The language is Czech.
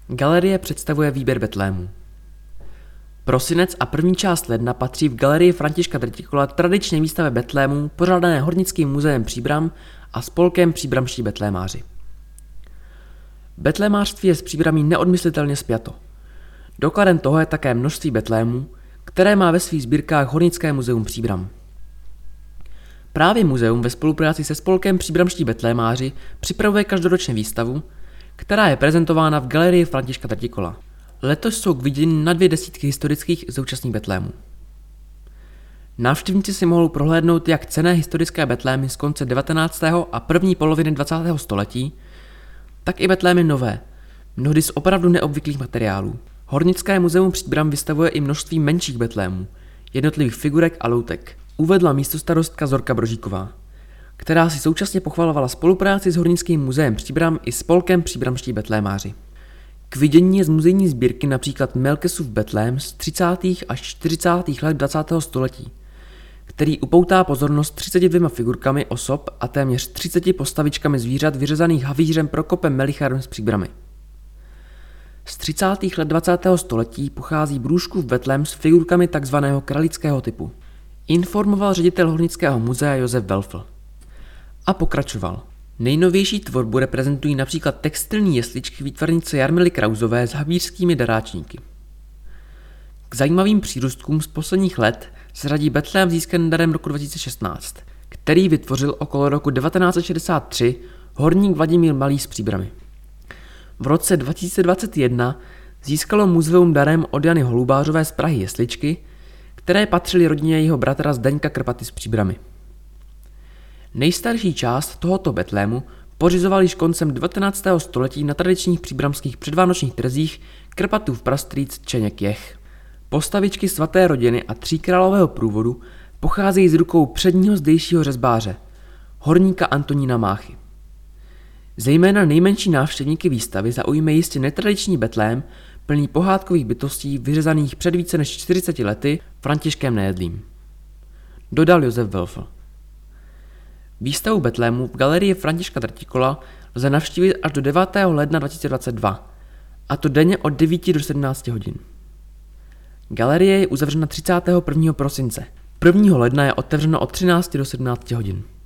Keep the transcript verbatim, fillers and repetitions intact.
Galerie představuje výběr betlémů. Prosinec a první část ledna patří v galerii Františka Trtikola tradičně výstavě betlémů pořádané Hornickým muzeem Příbram a spolkem Příbramští betlémáři. Betlémářství je s Příbramí neodmyslitelně spjato. Dokladem toho je také množství betlémů, které má ve svých sbírkách Hornické muzeum Příbram. Právě muzeum ve spolupráci se spolkem Příbramští betlémáři připravuje každoročně výstavu, která je prezentována v galerii Františka Trtikola. Letos jsou k vidění na dvě desítky historických současných betlémů. Návštěvníci si mohou prohlédnout jak cenné historické betlémy z konce devatenáctého a první poloviny dvacátého století, tak i betlémy nové, mnohdy z opravdu neobvyklých materiálů. Hornické muzeum Příbram vystavuje i množství menších betlémů, jednotlivých figurek a loutek, uvedla místostarostka Zorka Brožíková, která si současně pochvalovala spolupráci s Hornickým muzeem Příbram i spolkem Příbramští betlémáři. K vidění je z muzejní sbírky například Melkesův betlém z třicátých až čtyřicátých let dvacátého století, který upoutá pozornost třiceti dvěma figurkami osob a téměř třiceti postavičkami zvířat vyřezaných havířem Prokopem Melicharem z Příbramy. Z třicátých let dvacátého století pochází Brůškův betlém s figurkami tzv. Kralického typu, informoval ředitel Hornického muzea Josef Welfl. A pokračoval. Nejnovější tvorbu reprezentují například textilní jesličky výtvarnice Jarmily Krausové s havířskými daráčníky. K zajímavým přírůstkům z posledních let se řadí betlém získaný darem roku dva tisíce šestnáct, který vytvořil okolo roku devatenáct set šedesát tři horník Vladimír Malý z Příbramy. V roce dva tisíce dvacet jedna získalo muzeum darem od Jany Holubářové z Prahy jesličky, které patřily rodině jejího bratra Zdeňka Krpaty z Příbramy. Nejstarší část tohoto betlému pořizoval již koncem devatenáctého století na tradičních příbramských předvánočních trzích Krpatův prastrýc Čeněk Jech. Postavičky svaté rodiny a tříkrálového průvodu pocházejí z rukou předního zdejšího řezbáře, horníka Antonína Máchy. Zejména nejmenší návštěvníky výstavy zaujme jistě netradiční betlém plný pohádkových bytostí vyřezaných před více než čtyřiceti lety Františkem Nejedlým. Dodal Josef Welfl. Výstavu betlému v galerii Františka Trtikola lze navštívit až do devátého ledna dva tisíce dvacet dva, a to denně od devíti do sedmnácti hodin. Galerie je uzavřena třicátého prvního prosince. prvního ledna je otevřeno od třinácti do sedmnácti hodin.